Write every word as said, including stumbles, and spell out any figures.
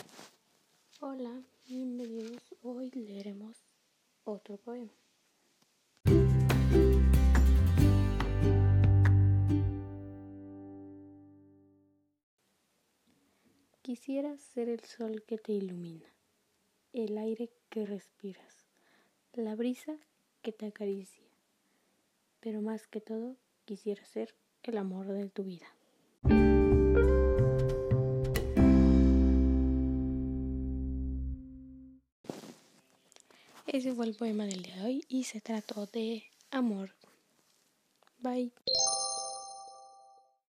Hola, bienvenidos. Hoy leeremos otro poema. Quisiera ser el sol que te ilumina, el aire que respiras, la brisa que te acaricia, pero más que todo quisiera ser el amor de tu vida. Ese fue el poema del día de hoy y se trató de amor. Bye.